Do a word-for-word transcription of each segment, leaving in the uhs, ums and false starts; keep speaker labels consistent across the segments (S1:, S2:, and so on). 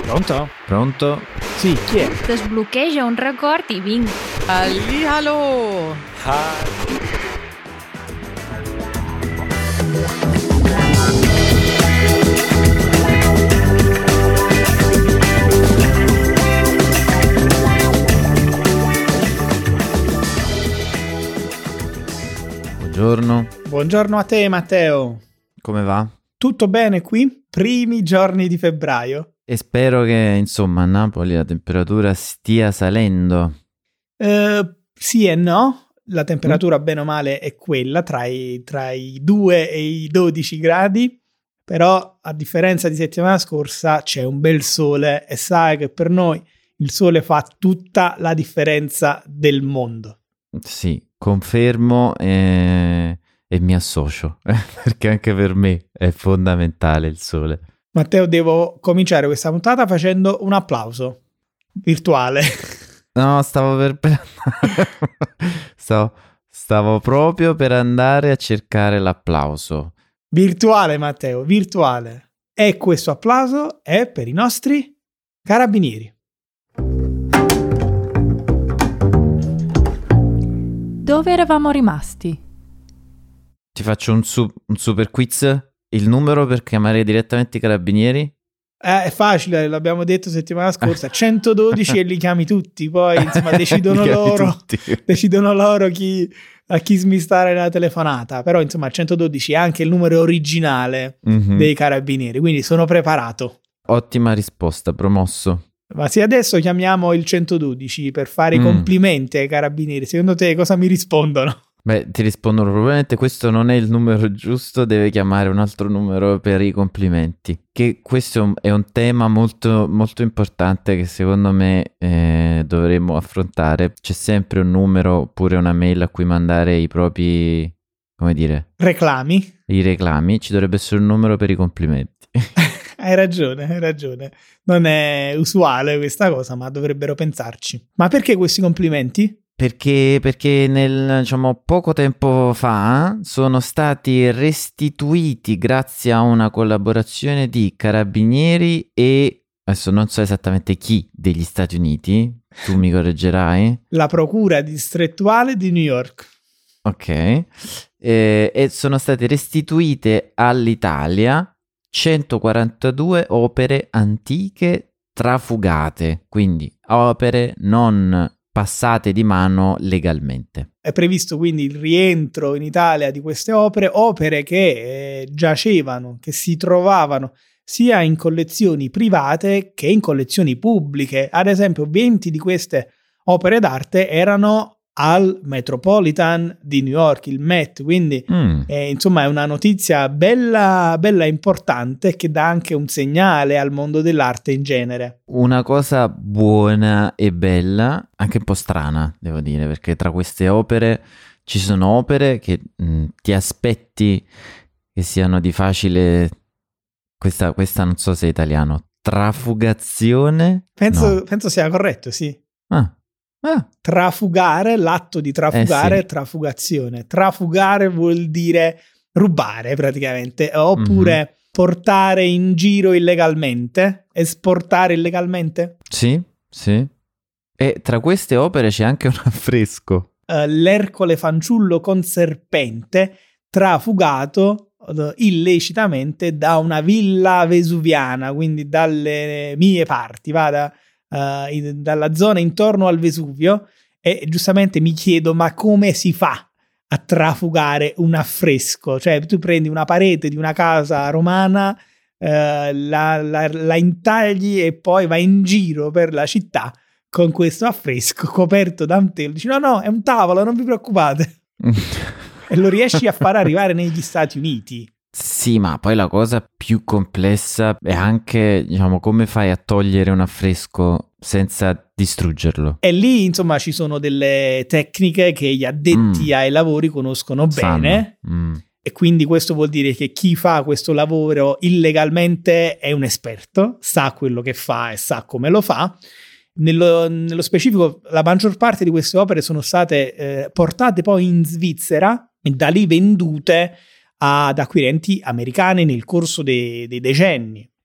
S1: Pronto?
S2: Pronto?
S1: Sì, chi è?
S3: Desbloqueja un record i vinc.
S4: Hallihallo!
S2: Buongiorno.
S1: Buongiorno a te, Matteo.
S2: Come va?
S1: Tutto bene qui? Primi giorni di febbraio.
S2: E spero che, insomma, a Napoli la temperatura stia salendo.
S1: Uh, sì e no. La temperatura, mm. bene o male, è quella, tra i, tra i due e i dodici gradi. Però, a differenza di settimana scorsa, c'è un bel sole e sai che per noi il sole fa tutta la differenza del mondo.
S2: Sì, confermo e, e mi associo, perché anche per me è fondamentale il sole.
S1: Matteo, devo cominciare questa puntata facendo un applauso virtuale.
S2: No, stavo per, per stavo, stavo proprio per andare a cercare l'applauso.
S1: Virtuale, Matteo, virtuale. E questo applauso è per i nostri carabinieri.
S4: Dove eravamo rimasti?
S2: Ti faccio un, su- un super quiz? Il numero per chiamare direttamente i carabinieri?
S1: Eh, è facile, l'abbiamo detto settimana scorsa, centododici e li chiami tutti, poi insomma decidono loro decidono loro chi, a chi smistare la telefonata, però insomma centododici è anche il numero originale mm-hmm. dei carabinieri, quindi sono preparato.
S2: Ottima risposta, promosso.
S1: Ma se adesso chiamiamo il centododici per fare mm. i complimenti ai carabinieri, secondo te cosa mi rispondono?
S2: Beh, ti rispondono probabilmente questo non è il numero giusto, deve chiamare un altro numero per i complimenti. Che questo è un, è un tema molto, molto importante che secondo me eh, dovremmo affrontare. C'è sempre un numero oppure una mail a cui mandare i propri, come dire?
S1: Reclami.
S2: I reclami, ci dovrebbe essere un numero per i complimenti.
S1: Hai ragione, hai ragione. Non è usuale questa cosa, ma dovrebbero pensarci. Ma perché questi complimenti?
S2: Perché, perché nel, diciamo, poco tempo fa sono stati restituiti grazie a una collaborazione di carabinieri e, adesso non so esattamente chi, degli Stati Uniti, tu mi correggerai.
S1: La procura distrettuale di New York.
S2: Ok, e, e sono state restituite all'Italia centoquarantadue opere antiche trafugate, quindi opere non passate di mano legalmente.
S1: È previsto quindi il rientro in Italia di queste opere, opere che eh, giacevano, che si trovavano sia in collezioni private che in collezioni pubbliche. Ad esempio, venti di queste opere d'arte erano al Metropolitan di New York, il Met, quindi mm. eh, insomma è una notizia bella, bella importante che dà anche un segnale al mondo dell'arte in genere.
S2: Una cosa buona e bella, anche un po' strana devo dire, perché tra queste opere ci sono opere che mh, ti aspetti che siano di facile, questa, questa non so se è italiano, trafugazione?
S1: Penso,
S2: no.
S1: penso sia corretto, sì.
S2: Ah. Ah.
S1: Trafugare, l'atto di trafugare,
S2: eh sì.
S1: Trafugazione. Trafugare vuol dire rubare praticamente, oppure mm-hmm. portare in giro illegalmente, esportare illegalmente.
S2: Sì, sì. E tra queste opere c'è anche un affresco.
S1: Uh, L'Ercole fanciullo con serpente trafugato uh, illecitamente da una villa vesuviana, quindi dalle mie parti, vada. Uh, in, dalla zona intorno al Vesuvio, e giustamente mi chiedo ma come si fa a trafugare un affresco? Cioè tu prendi una parete di una casa romana, uh, la, la, la intagli e poi vai in giro per la città con questo affresco coperto da un telo, dici no no è un tavolo, non vi preoccupate. E lo riesci a far arrivare negli Stati Uniti.
S2: Sì, ma poi la cosa più complessa è anche, diciamo, come fai a togliere un affresco senza distruggerlo.
S1: E lì, insomma, ci sono delle tecniche che gli addetti mm. ai lavori conoscono bene. Mm. E quindi questo vuol dire che chi fa questo lavoro illegalmente è un esperto, sa quello che fa e sa come lo fa. Nello, nello specifico, la maggior parte di queste opere sono state eh, portate poi in Svizzera e da lì vendute ad acquirenti americani nel corso dei, dei decenni.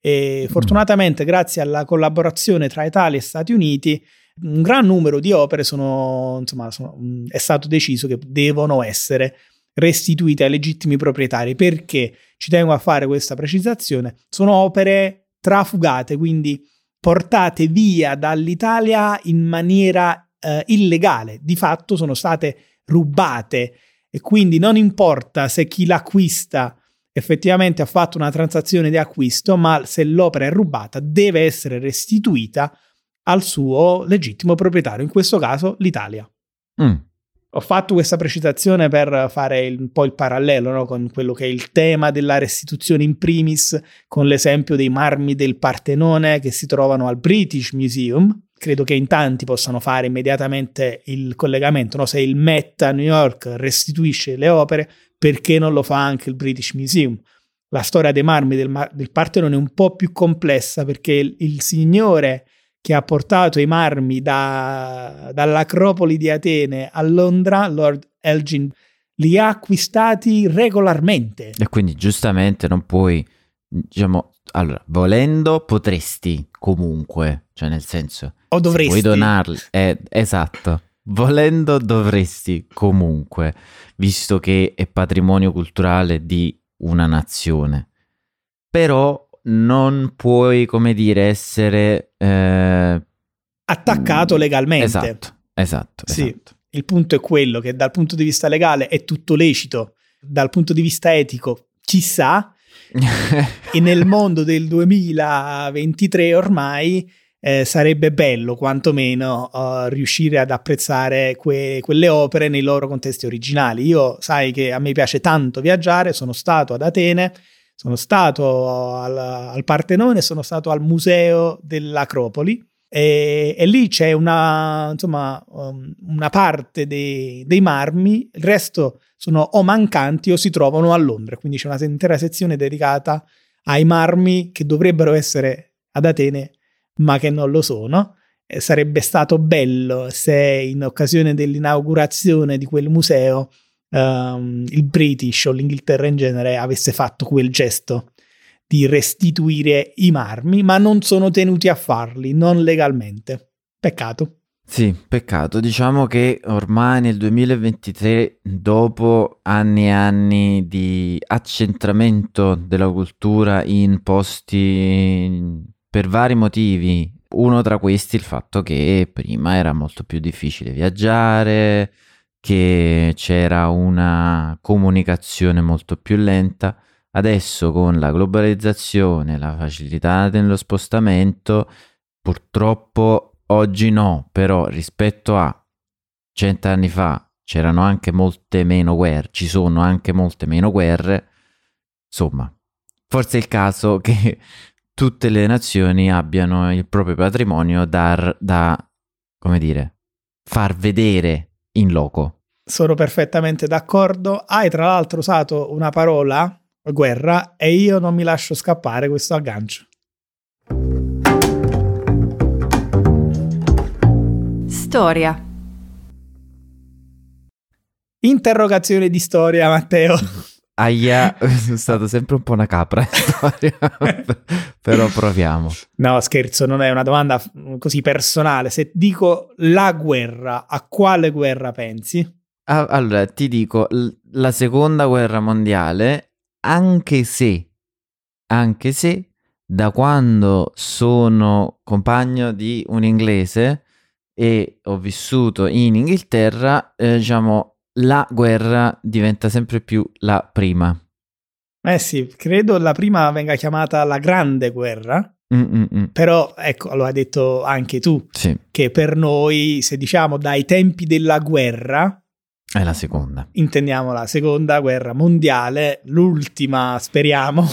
S1: e fortunatamente grazie alla collaborazione tra Italia e Stati Uniti un gran numero di opere sono, insomma, sono, è stato deciso che devono essere restituite ai legittimi proprietari. Perché ci tengo a fare questa precisazione? Sono opere trafugate, quindi portate via dall'Italia in maniera eh, illegale, di fatto sono state rubate, e quindi non importa se chi l'acquista effettivamente ha fatto una transazione di acquisto, ma se l'opera è rubata deve essere restituita al suo legittimo proprietario, in questo caso l'Italia.
S2: Mm.
S1: Ho fatto questa precisazione per fare il, un po' il parallelo, no, con quello che è il tema della restituzione in primis, con l'esempio dei marmi del Partenone che si trovano al British Museum. Credo che in tanti possano fare immediatamente il collegamento, no? Se il Met a New York restituisce le opere, perché non lo fa anche il British Museum? La storia dei marmi del, del Partenone è un po' più complessa, perché il, il signore che ha portato i marmi da, dall'Acropoli di Atene a Londra, Lord Elgin, li ha acquistati regolarmente.
S2: E quindi giustamente non puoi, diciamo, allora, volendo potresti comunque, cioè nel senso,
S1: o dovresti.
S2: Vuoi donarli, eh, esatto, volendo dovresti comunque, visto che è patrimonio culturale di una nazione. Però non puoi, come dire, essere eh,
S1: attaccato legalmente.
S2: Esatto, esatto,
S1: sì,
S2: esatto.
S1: Il punto è quello che dal punto di vista legale è tutto lecito, dal punto di vista etico chissà, e nel mondo del duemilaventitré ormai eh, sarebbe bello quantomeno uh, riuscire ad apprezzare que- quelle opere nei loro contesti originali. Io sai che a me piace tanto viaggiare, sono stato ad Atene, sono stato al, al Partenone, sono stato al museo dell'Acropoli e, e lì c'è una, insomma, um, una parte dei, dei marmi, il resto sono o mancanti o si trovano a Londra, quindi c'è una intera sezione dedicata ai marmi che dovrebbero essere ad Atene ma che non lo sono. Eh, sarebbe stato bello se in occasione dell'inaugurazione di quel museo Um, il British o l'Inghilterra in genere avesse fatto quel gesto di restituire i marmi, ma non sono tenuti a farli, non legalmente. Peccato.
S2: Sì, peccato. Diciamo che ormai nel duemilaventitré, dopo anni e anni di accentramento della cultura in posti per vari motivi, uno tra questi il fatto che prima era molto più difficile viaggiare, che c'era una comunicazione molto più lenta. Adesso con la globalizzazione, la facilità dello spostamento, purtroppo oggi no, però rispetto a cent'anni fa c'erano anche molte meno guerre, ci sono anche molte meno guerre, insomma, forse è il caso che tutte le nazioni abbiano il proprio patrimonio da, da come dire, far vedere in loco.
S1: Sono perfettamente d'accordo. Hai tra l'altro usato una parola, guerra, e io non mi lascio scappare questo aggancio.
S4: Storia.
S1: Interrogazione di storia, Matteo.
S2: Aia, sono stato sempre un po' una capra in storia, però proviamo.
S1: No, scherzo, non è una domanda così personale. Se dico la guerra, a quale guerra pensi?
S2: Ah, allora, ti dico l- la seconda guerra mondiale, anche se, anche se da quando sono compagno di un inglese e ho vissuto in Inghilterra, eh, diciamo, la guerra diventa sempre più la prima.
S1: Eh sì, credo la prima venga chiamata la Grande Guerra.
S2: Mm-mm-mm.
S1: Però ecco, lo hai detto anche tu,
S2: sì,
S1: che per noi, se diciamo dai tempi della guerra,
S2: è la seconda.
S1: intendiamo la seconda guerra mondiale, l'ultima speriamo.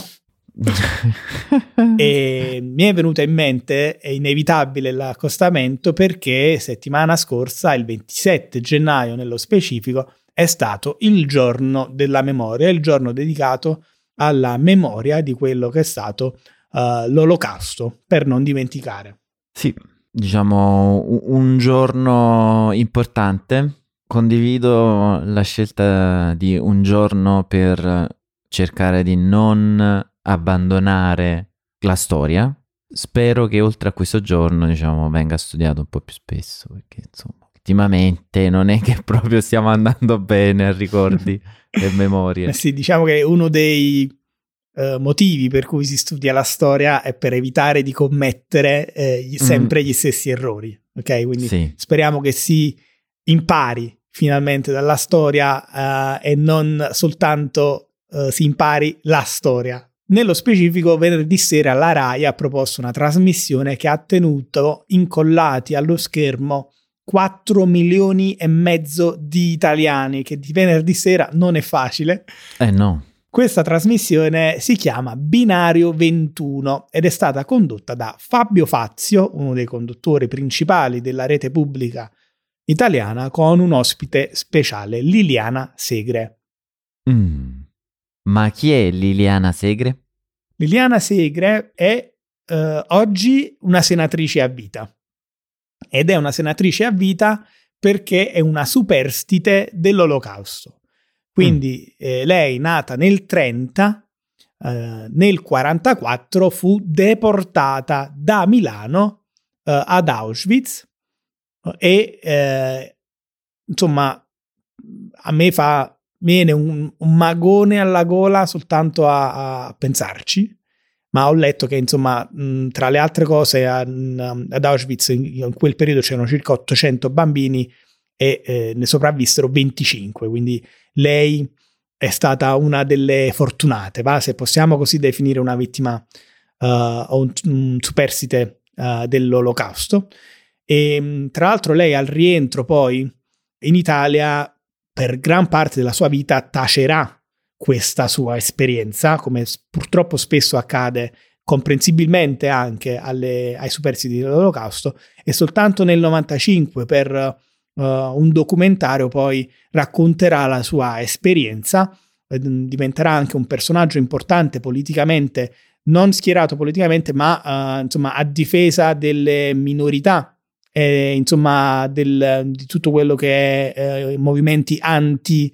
S1: E mi è venuto in mente, è inevitabile l'accostamento, perché settimana scorsa, il ventisette gennaio nello specifico, è stato il giorno della memoria, il giorno dedicato alla memoria di quello che è stato uh, l'Olocausto, per non dimenticare.
S2: Sì, diciamo un giorno importante. Condivido la scelta di un giorno per cercare di non abbandonare la storia. Spero che oltre a questo giorno, diciamo, venga studiato un po' più spesso, perché insomma ultimamente non è che proprio stiamo andando bene a ricordi e memorie.
S1: Eh sì, diciamo che uno dei uh, motivi per cui si studia la storia è per evitare di commettere eh, gli, sempre mm. gli stessi errori, ok? Quindi sì. Speriamo che si impari finalmente dalla storia uh, e non soltanto uh, si impari la storia. Nello specifico, venerdì sera la Rai ha proposto una trasmissione che ha tenuto incollati allo schermo quattro milioni e mezzo di italiani, che di venerdì sera non è facile.
S2: Eh no.
S1: Questa trasmissione si chiama Binario ventuno ed è stata condotta da Fabio Fazio, uno dei conduttori principali della rete pubblica italiana, con un ospite speciale, Liliana Segre.
S2: Mm. Ma chi è Liliana Segre?
S1: Liliana Segre è eh, oggi una senatrice a vita. Ed è una senatrice a vita perché è una superstite dell'Olocausto. Quindi mm. eh, lei, nata nel trenta, eh, nel quarantaquattro fu deportata da Milano eh, ad Auschwitz e eh, insomma a me fa viene un, un magone alla gola soltanto a, a pensarci. Ma ho letto che, insomma, mh, tra le altre cose a, mh, ad Auschwitz in, in quel periodo c'erano circa ottocento bambini e eh, ne sopravvissero venticinque, quindi lei è stata una delle fortunate, va? Se possiamo così definire una vittima uh, o un, un superstite uh, dell'Olocausto. E mh, tra l'altro lei al rientro poi in Italia per gran parte della sua vita tacerà questa sua esperienza, come purtroppo spesso accade comprensibilmente anche alle, ai superstiti dell'Olocausto, e soltanto nel novantacinque per uh, un documentario poi racconterà la sua esperienza, eh, diventerà anche un personaggio importante politicamente, non schierato politicamente, ma uh, insomma a difesa delle minorità e insomma del, di tutto quello che è eh, movimenti anti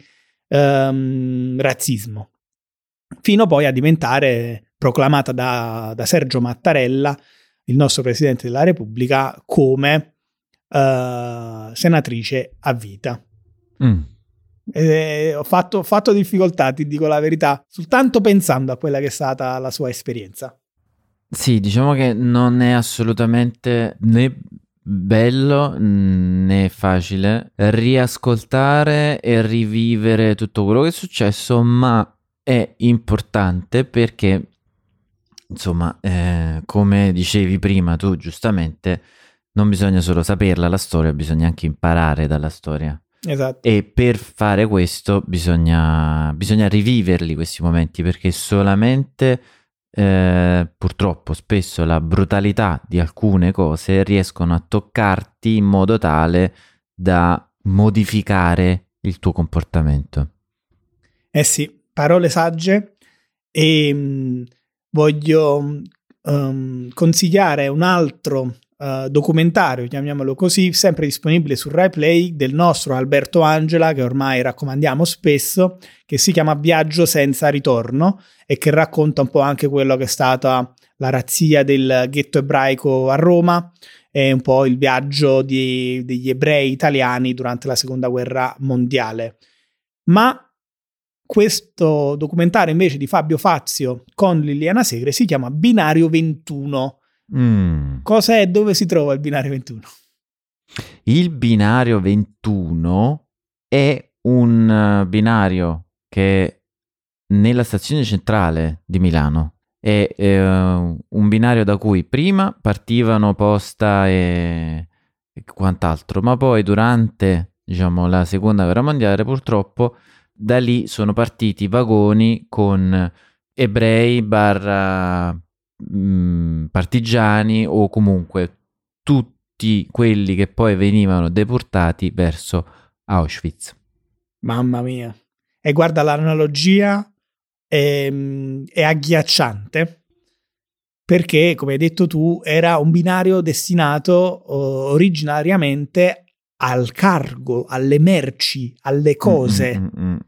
S1: Um, razzismo, fino poi a diventare proclamata da, da Sergio Mattarella, il nostro Presidente della Repubblica, come uh, senatrice a vita. Mm. E ho fatto, fatto difficoltà, ti dico la verità, soltanto pensando a quella che è stata la sua esperienza.
S2: Sì, diciamo che non è assolutamente né bello né facile riascoltare e rivivere tutto quello che è successo, ma è importante perché, insomma, eh, come dicevi prima tu giustamente, non bisogna solo saperla la storia, bisogna anche imparare dalla storia.
S1: Esatto.
S2: E per fare questo bisogna, bisogna riviverli questi momenti, perché solamente Eh, purtroppo spesso la brutalità di alcune cose riescono a toccarti in modo tale da modificare il tuo comportamento.
S1: Eh sì, parole sagge. E mh, voglio um, consigliare un altro uh, documentario, chiamiamolo così, sempre disponibile su Rai Play, del nostro Alberto Angela, che ormai raccomandiamo spesso, che si chiama Viaggio senza ritorno e che racconta un po' anche quello che è stata la razzia del ghetto ebraico a Roma e un po' il viaggio di, degli ebrei italiani durante la seconda guerra mondiale. Ma questo documentario invece di Fabio Fazio con Liliana Segre si chiama Binario ventuno. Mm. Cosa è? Dove si trova il Binario ventuno?
S2: Il Binario ventuno è un binario che nella stazione centrale di Milano è eh, un binario da cui prima partivano posta e, e quant'altro, ma poi durante, diciamo, la seconda guerra mondiale purtroppo da lì sono partiti vagoni con ebrei barra mh, partigiani o comunque tutti quelli che poi venivano deportati verso Auschwitz.
S1: Mamma mia. E guarda, l'analogia è, è agghiacciante, perché, come hai detto tu, era un binario destinato uh, originariamente al cargo, alle merci, alle cose. Mm, mm, mm, mm.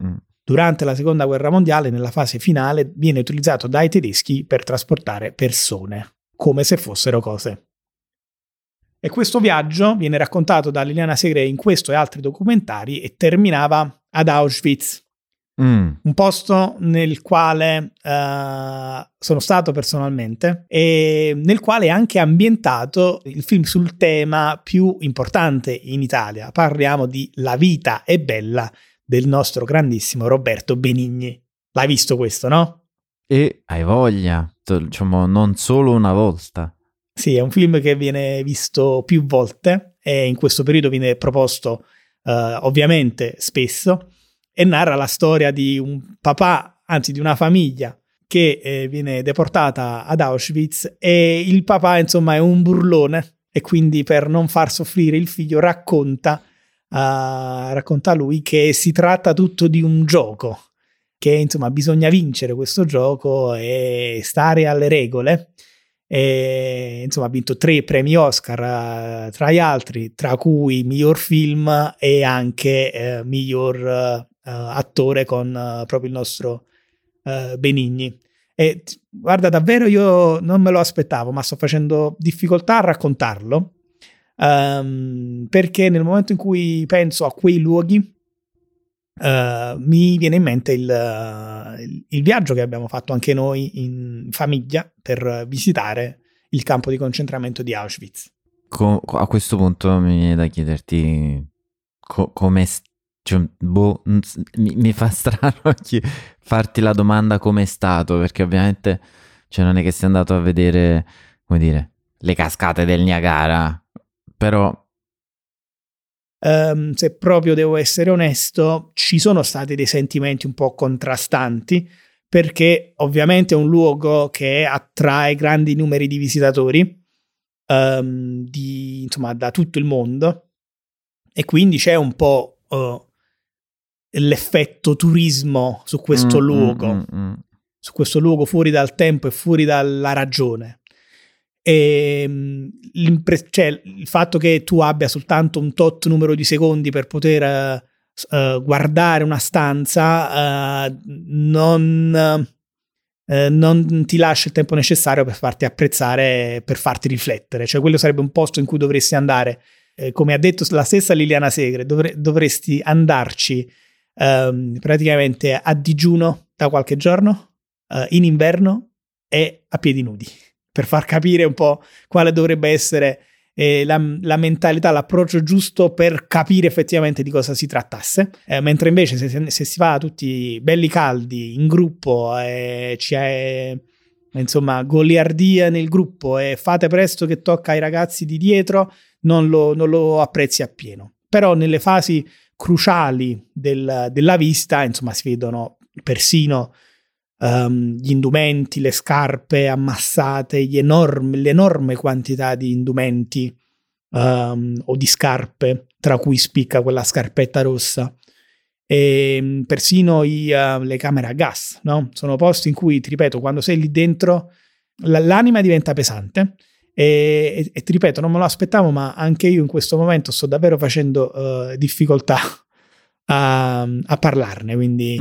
S1: durante la seconda guerra mondiale, nella fase finale, viene utilizzato dai tedeschi per trasportare persone, come se fossero cose. E questo viaggio viene raccontato da Liliana Segre in questo e altri documentari e terminava ad Auschwitz, mm. un posto nel quale uh, sono stato personalmente e nel quale è anche ambientato il film sul tema più importante in Italia. Parliamo di La vita è bella del nostro grandissimo Roberto Benigni. L'hai visto questo, no?
S2: E hai voglia, diciamo non solo una volta.
S1: Sì, è un film che viene visto più volte e in questo periodo viene proposto uh, ovviamente spesso e narra la storia di un papà, anzi di una famiglia che eh, viene deportata ad Auschwitz e il papà insomma è un burlone e quindi per non far soffrire il figlio racconta, uh, racconta a lui che si tratta tutto di un gioco, che insomma bisogna vincere questo gioco e stare alle regole. E, insomma ha vinto tre premi Oscar uh, tra gli altri, tra cui miglior film e anche uh, miglior uh, attore con uh, proprio il nostro uh, Benigni. E guarda, davvero io non me lo aspettavo, ma sto facendo difficoltà a raccontarlo um, perché nel momento in cui penso a quei luoghi Uh, mi viene in mente il, uh, il, il viaggio che abbiamo fatto anche noi in famiglia per visitare il campo di concentramento di Auschwitz.
S2: Co- a questo punto mi viene da chiederti co- come cioè, boh, mi, mi fa strano farti la domanda come è stato, perché ovviamente cioè, non è che sei andato a vedere, come dire, le cascate del Niagara, però
S1: Um, se proprio devo essere onesto, ci sono stati dei sentimenti un po' contrastanti, perché ovviamente è un luogo che attrae grandi numeri di visitatori um, di, insomma, da tutto il mondo, e quindi c'è un po' uh, l'effetto turismo su questo mm, luogo, mm, mm, su questo luogo fuori dal tempo e fuori dalla ragione. E cioè, il fatto che tu abbia soltanto un tot numero di secondi per poter uh, guardare una stanza uh, non, uh, non ti lascia il tempo necessario per farti apprezzare, per farti riflettere. Cioè quello sarebbe un posto in cui dovresti andare, eh, come ha detto la stessa Liliana Segre, dovre- dovresti andarci um, praticamente a digiuno da qualche giorno, uh, in inverno e a piedi nudi, per far capire un po' quale dovrebbe essere eh, la, la mentalità, l'approccio giusto per capire effettivamente di cosa si trattasse. Eh, mentre invece se, se si va tutti belli caldi in gruppo e c'è insomma goliardia nel gruppo e fate presto che tocca ai ragazzi di dietro, non lo, non lo apprezzi appieno. Però nelle fasi cruciali del, della vista insomma si vedono persino Um, gli indumenti, le scarpe ammassate, gli enormi, l'enorme quantità di indumenti um, o di scarpe, tra cui spicca quella scarpetta rossa, e persino i, uh, le camere a gas, no? Sono posti in cui, ti ripeto, quando sei lì dentro l- l'anima diventa pesante e, e, e ti ripeto, non me lo aspettavo, ma anche io in questo momento sto davvero facendo uh, difficoltà a, a parlarne, quindi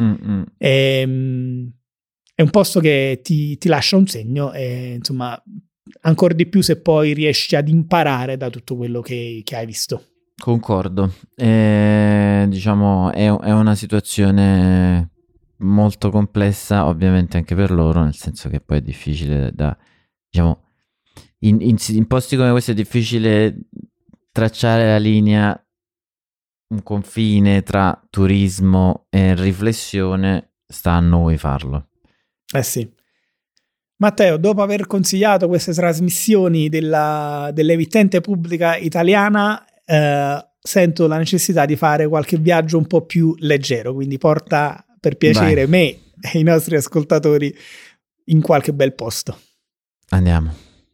S1: ehm, è un posto che ti, ti lascia un segno e insomma ancora di più se poi riesci ad imparare da tutto quello che, che hai visto.
S2: Concordo, eh, diciamo è, è una situazione molto complessa ovviamente anche per loro, nel senso che poi è difficile da, diciamo, in, in, in posti come questo è difficile tracciare la linea, un confine tra turismo e riflessione, sta a noi farlo.
S1: Eh sì. Matteo, dopo aver consigliato queste trasmissioni della, dell'emittente pubblica italiana, eh, sento la necessità di fare qualche viaggio un po' più leggero, quindi porta per piacere Vai. me e i nostri ascoltatori in qualche bel posto.
S2: Andiamo.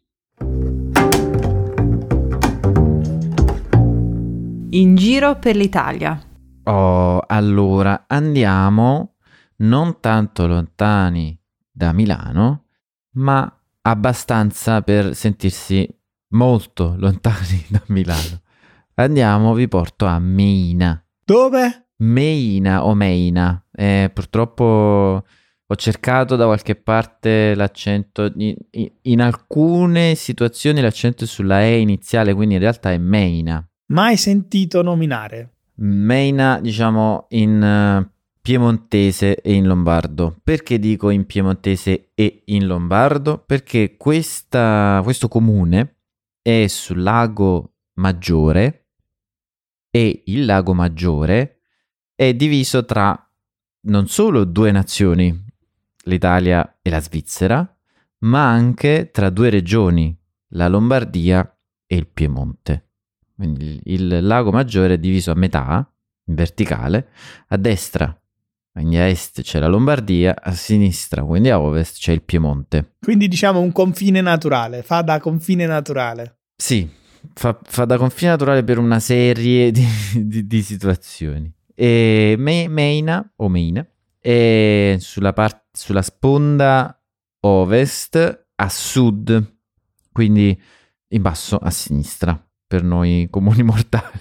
S4: In giro per l'Italia.
S2: Oh, allora andiamo non tanto lontani da Milano, ma abbastanza per sentirsi molto lontani da Milano. Andiamo, vi porto a Meina.
S1: Dove?
S2: Meina o Meina. Eh, purtroppo ho cercato da qualche parte l'accento, in, in alcune situazioni l'accento è sulla E iniziale, quindi in realtà è Meina.
S1: Mai sentito nominare.
S2: Meina, diciamo, in uh, piemontese e in lombardo. Perché dico in piemontese e in lombardo? Perché questa, questo comune è sul lago Maggiore e il lago Maggiore è diviso tra non solo due nazioni, l'Italia e la Svizzera, ma anche tra due regioni, la Lombardia e il Piemonte. Quindi il lago Maggiore è diviso a metà, in verticale, a destra, quindi a est c'è la Lombardia, a sinistra, quindi a ovest c'è il Piemonte.
S1: Quindi diciamo un confine naturale, fa da confine naturale.
S2: Sì, fa, fa da confine naturale per una serie di, di, di situazioni. E Me, Meina o Meina è sulla, part, sulla sponda ovest a sud, quindi in basso a sinistra per noi comuni mortali.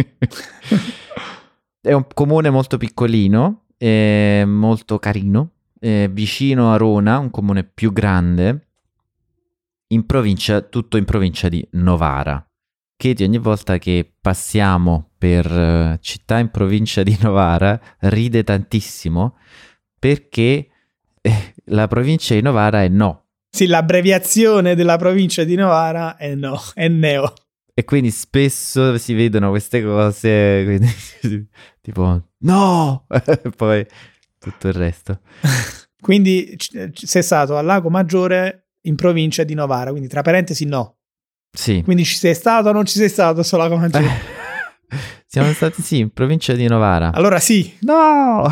S2: È un comune molto piccolino, è molto carino, è vicino a Rona, un comune più grande, in provincia, tutto in provincia di Novara. Katie, ogni volta che passiamo per uh, città in provincia di Novara ride tantissimo perché eh, la provincia di Novara è no.
S1: Sì, l'abbreviazione della provincia di Novara è no, è neo.
S2: E quindi spesso si vedono queste cose, quindi, tipo no, e poi tutto il resto.
S1: Quindi c- sei stato al Lago Maggiore in provincia di Novara, quindi tra parentesi no.
S2: Sì.
S1: Quindi ci sei stato o non ci sei stato sul Lago Maggiore?
S2: Siamo stati sì in provincia di Novara.
S1: Allora sì.
S2: No!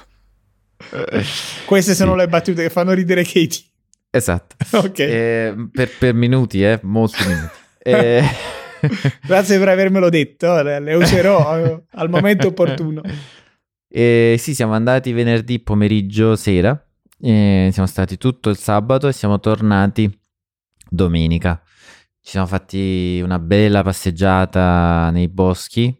S1: Queste sono
S2: sì.
S1: le battute che fanno ridere Katie.
S2: Esatto.
S1: Ok.
S2: Eh, per, per minuti, eh, molti minuti. Eh...
S1: Grazie per avermelo detto, le, le userò al momento opportuno.
S2: Eh, sì, siamo andati venerdì pomeriggio sera, eh, siamo stati tutto il sabato e siamo tornati domenica. Ci siamo fatti una bella passeggiata nei boschi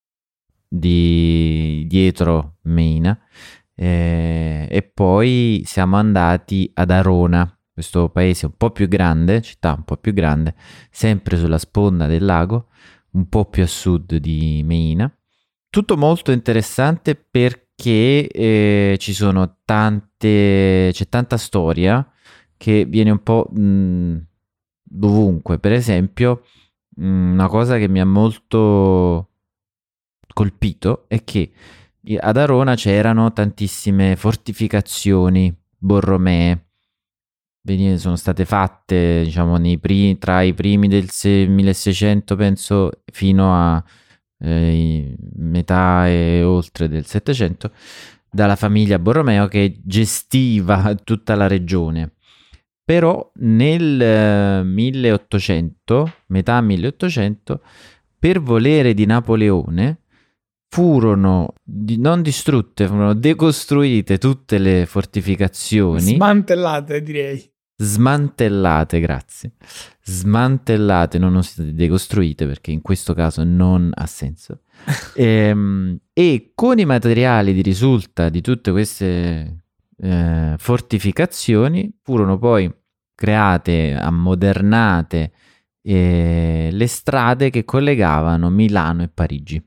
S2: di dietro Meina eh, e poi siamo andati ad Arona, questo paese un po' più grande, città un po' più grande, sempre sulla sponda del lago, un po' più a sud di Meina. Tutto molto interessante perché eh, ci sono tante, c'è tanta storia che viene un po' mh, dovunque. Per esempio, mh, una cosa che mi ha molto colpito è che ad Arona c'erano tantissime fortificazioni borromee. Sono state fatte, diciamo, nei primi, tra i primi del milleseicento, penso, fino a eh, metà e oltre del settecento, dalla famiglia Borromeo che gestiva tutta la regione. Però nel eh, milleottocento, metà milleottocento, per volere di Napoleone, furono di, non distrutte, furono decostruite tutte le fortificazioni.
S1: Smantellate, direi.
S2: Smantellate, grazie. Smantellate, non sono state decostruite perché in questo caso non ha senso. e, e con i materiali di risulta di tutte queste eh, fortificazioni furono poi create, ammodernate eh, le strade che collegavano Milano e Parigi.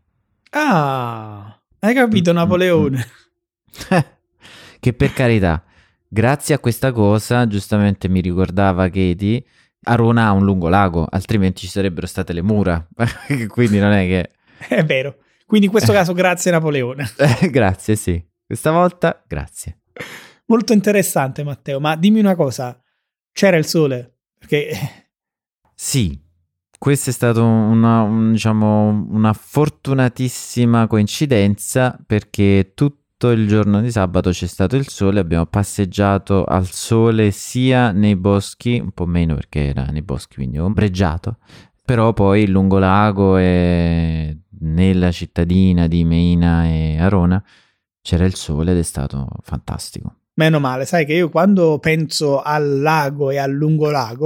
S1: Ah, hai capito, Napoleone?
S2: Che per carità, grazie a questa cosa, giustamente mi ricordava Katie, Arona ha un lungo lago, altrimenti ci sarebbero state le mura. Quindi non è che...
S1: È vero. Quindi in questo caso grazie Napoleone.
S2: Grazie, sì. Questa volta grazie.
S1: Molto interessante, Matteo, ma dimmi una cosa, c'era il sole? Perché...
S2: Sì. Questa è stata una, un, diciamo, una fortunatissima coincidenza perché tutto il giorno di sabato c'è stato il sole, abbiamo passeggiato al sole sia nei boschi, un po' meno perché era nei boschi, quindi ombreggiato, però poi il lungolago e nella cittadina di Meina e Arona c'era il sole ed è stato fantastico.
S1: Meno male, sai che io quando penso al lago e al lungolago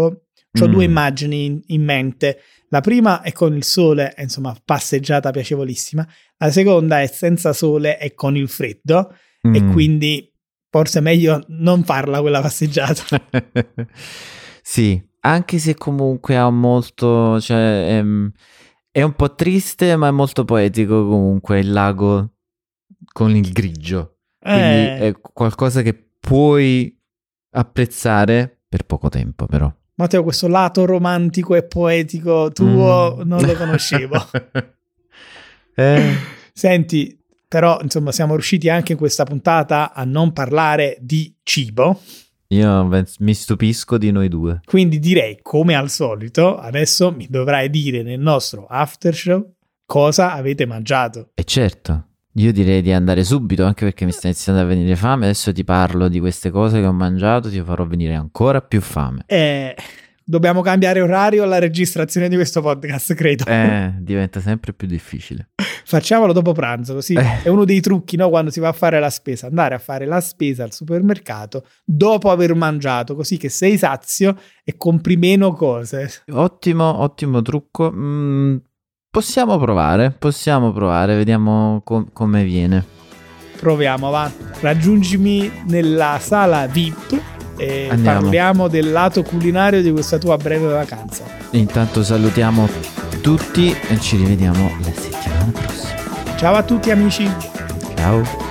S1: Ho
S2: Mm.
S1: due immagini in, in mente. La prima è con il sole, è, insomma, passeggiata piacevolissima. La seconda è senza sole e con il freddo, e
S2: Mm.
S1: quindi forse è meglio non farla quella passeggiata.
S2: Sì, anche se comunque ha molto, cioè, ehm, è un po' triste, ma è molto poetico comunque il lago con il grigio. Quindi
S1: Eh,
S2: è qualcosa che puoi apprezzare per poco tempo, però.
S1: Matteo, questo lato romantico e poetico tuo
S2: Mm.
S1: non lo conoscevo.
S2: Eh,
S1: Senti, però, insomma, siamo riusciti anche in questa puntata a non parlare di cibo.
S2: io pens- mi stupisco di noi due.
S1: Quindi direi, come al solito, adesso mi dovrai dire nel nostro after show cosa avete mangiato.
S2: E certo, io direi di andare subito, anche perché mi sta iniziando a venire fame. Adesso ti parlo di queste cose che ho mangiato, ti farò venire ancora più fame.
S1: Eh, dobbiamo cambiare orario alla registrazione di questo podcast, credo.
S2: Eh, diventa sempre più difficile.
S1: Facciamolo dopo pranzo, così
S2: Eh.
S1: è uno dei trucchi, no? Quando si va a fare la spesa, andare a fare la spesa al supermercato dopo aver mangiato, così che sei sazio e compri meno cose.
S2: Ottimo, ottimo trucco. Mm, possiamo provare, possiamo provare, vediamo com- come viene.
S1: Proviamo, va. Raggiungimi nella sala V I P e
S2: Andiamo.
S1: parliamo del lato culinario di questa tua breve vacanza.
S2: Intanto salutiamo tutti e ci rivediamo la settimana prossima.
S1: Ciao a tutti amici.
S2: Ciao.